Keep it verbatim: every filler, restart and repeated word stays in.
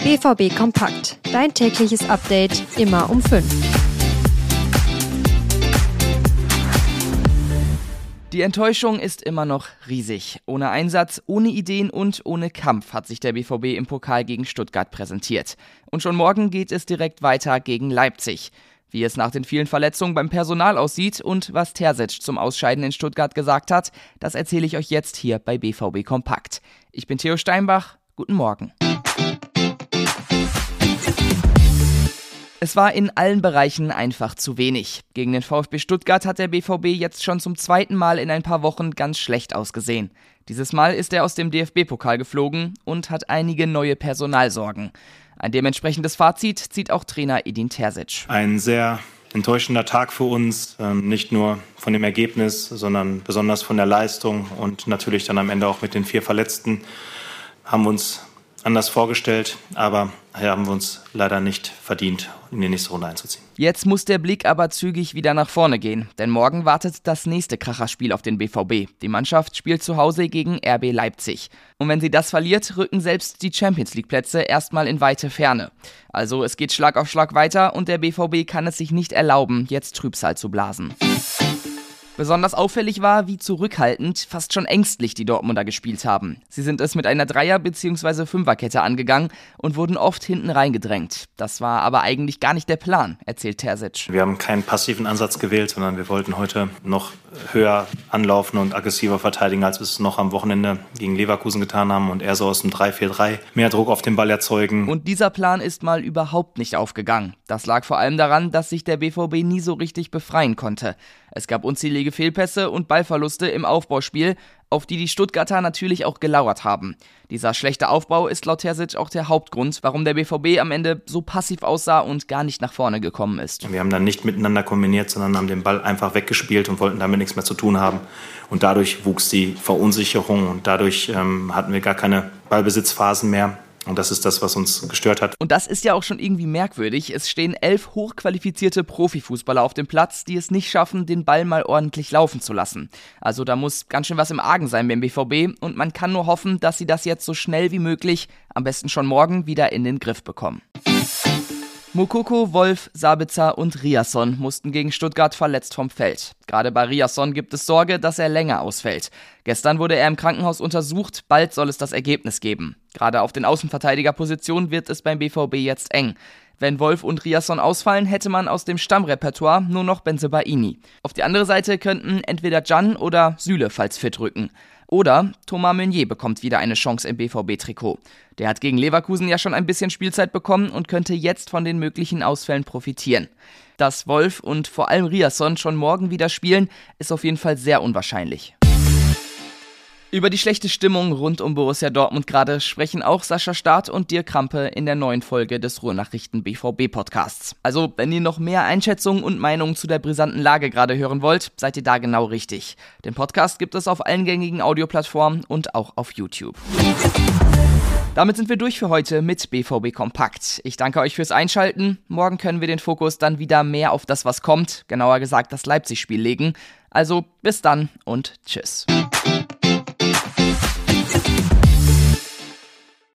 B V B Kompakt. Dein tägliches Update immer um fünf. Die Enttäuschung ist immer noch riesig. Ohne Einsatz, ohne Ideen und ohne Kampf hat sich der B V B im Pokal gegen Stuttgart präsentiert. Und schon morgen geht es direkt weiter gegen Leipzig. Wie es nach den vielen Verletzungen beim Personal aussieht und was Terzic zum Ausscheiden in Stuttgart gesagt hat, das erzähle ich euch jetzt hier bei B V B Kompakt. Ich bin Theo Steinbach, guten Morgen. Es war in allen Bereichen einfach zu wenig. Gegen den VfB Stuttgart hat der B V B jetzt schon zum zweiten Mal in ein paar Wochen ganz schlecht ausgesehen. Dieses Mal ist er aus dem D F B-Pokal geflogen und hat einige neue Personalsorgen. Ein dementsprechendes Fazit zieht auch Trainer Edin Terzic. Ein sehr enttäuschender Tag für uns, nicht nur von dem Ergebnis, sondern besonders von der Leistung und natürlich dann am Ende auch mit den vier Verletzten. Haben wir uns anders vorgestellt, aber haben wir uns leider nicht verdient, in die nächste Runde einzuziehen. Jetzt muss der Blick aber zügig wieder nach vorne gehen, denn morgen wartet das nächste Kracherspiel auf den B V B. Die Mannschaft spielt zu Hause gegen R B Leipzig. Und wenn sie das verliert, rücken selbst die Champions-League-Plätze erstmal in weite Ferne. Also es geht Schlag auf Schlag weiter und der B V B kann es sich nicht erlauben, jetzt Trübsal zu blasen. Besonders auffällig war, wie zurückhaltend, fast schon ängstlich die Dortmunder gespielt haben. Sie sind es mit einer Dreier- bzw. Fünferkette angegangen und wurden oft hinten reingedrängt. Das war aber eigentlich gar nicht der Plan, erzählt Terzic. Wir haben keinen passiven Ansatz gewählt, sondern wir wollten heute noch höher anlaufen und aggressiver verteidigen, als wir es noch am Wochenende gegen Leverkusen getan haben und eher so aus dem drei vier drei mehr Druck auf den Ball erzeugen. Und dieser Plan ist mal überhaupt nicht aufgegangen. Das lag vor allem daran, dass sich der B V B nie so richtig befreien konnte. Es gab unzählige Fehlpässe und Ballverluste im Aufbauspiel, auf die die Stuttgarter natürlich auch gelauert haben. Dieser schlechte Aufbau ist laut Terzic auch der Hauptgrund, warum der B V B am Ende so passiv aussah und gar nicht nach vorne gekommen ist. Wir haben dann nicht miteinander kombiniert, sondern haben den Ball einfach weggespielt und wollten damit nichts mehr zu tun haben. Und dadurch wuchs die Verunsicherung und dadurch ähm, hatten wir gar keine Ballbesitzphasen mehr. Und das ist das, was uns gestört hat. Und das ist ja auch schon irgendwie merkwürdig. Es stehen elf hochqualifizierte Profifußballer auf dem Platz, die es nicht schaffen, den Ball mal ordentlich laufen zu lassen. Also da muss ganz schön was im Argen sein beim B V B und man kann nur hoffen, dass sie das jetzt so schnell wie möglich, am besten schon morgen, wieder in den Griff bekommen. Moukoko, Wolf, Sabitzer und Riasson mussten gegen Stuttgart verletzt vom Feld. Gerade bei Riasson gibt es Sorge, dass er länger ausfällt. Gestern wurde er im Krankenhaus untersucht, bald soll es das Ergebnis geben. Gerade auf den Außenverteidigerpositionen wird es beim B V B jetzt eng. Wenn Wolf und Riasson ausfallen, hätte man aus dem Stammrepertoire nur noch Bensebaini. Auf die andere Seite könnten entweder Can oder Süle falls fit rücken. Oder Thomas Meunier bekommt wieder eine Chance im B V B-Trikot. Der hat gegen Leverkusen ja schon ein bisschen Spielzeit bekommen und könnte jetzt von den möglichen Ausfällen profitieren. Dass Wolf und vor allem Riasson schon morgen wieder spielen, ist auf jeden Fall sehr unwahrscheinlich. Über die schlechte Stimmung rund um Borussia Dortmund gerade sprechen auch Sascha Staat und Dirk Krampe in der neuen Folge des Ruhrnachrichten B V B-Podcasts. Also, wenn ihr noch mehr Einschätzungen und Meinungen zu der brisanten Lage gerade hören wollt, seid ihr da genau richtig. Den Podcast gibt es auf allen gängigen Audioplattformen und auch auf YouTube. Damit sind wir durch für heute mit B V B Kompakt. Ich danke euch fürs Einschalten. Morgen können wir den Fokus dann wieder mehr auf das, was kommt, genauer gesagt das Leipzig-Spiel legen. Also bis dann und tschüss. Thank you.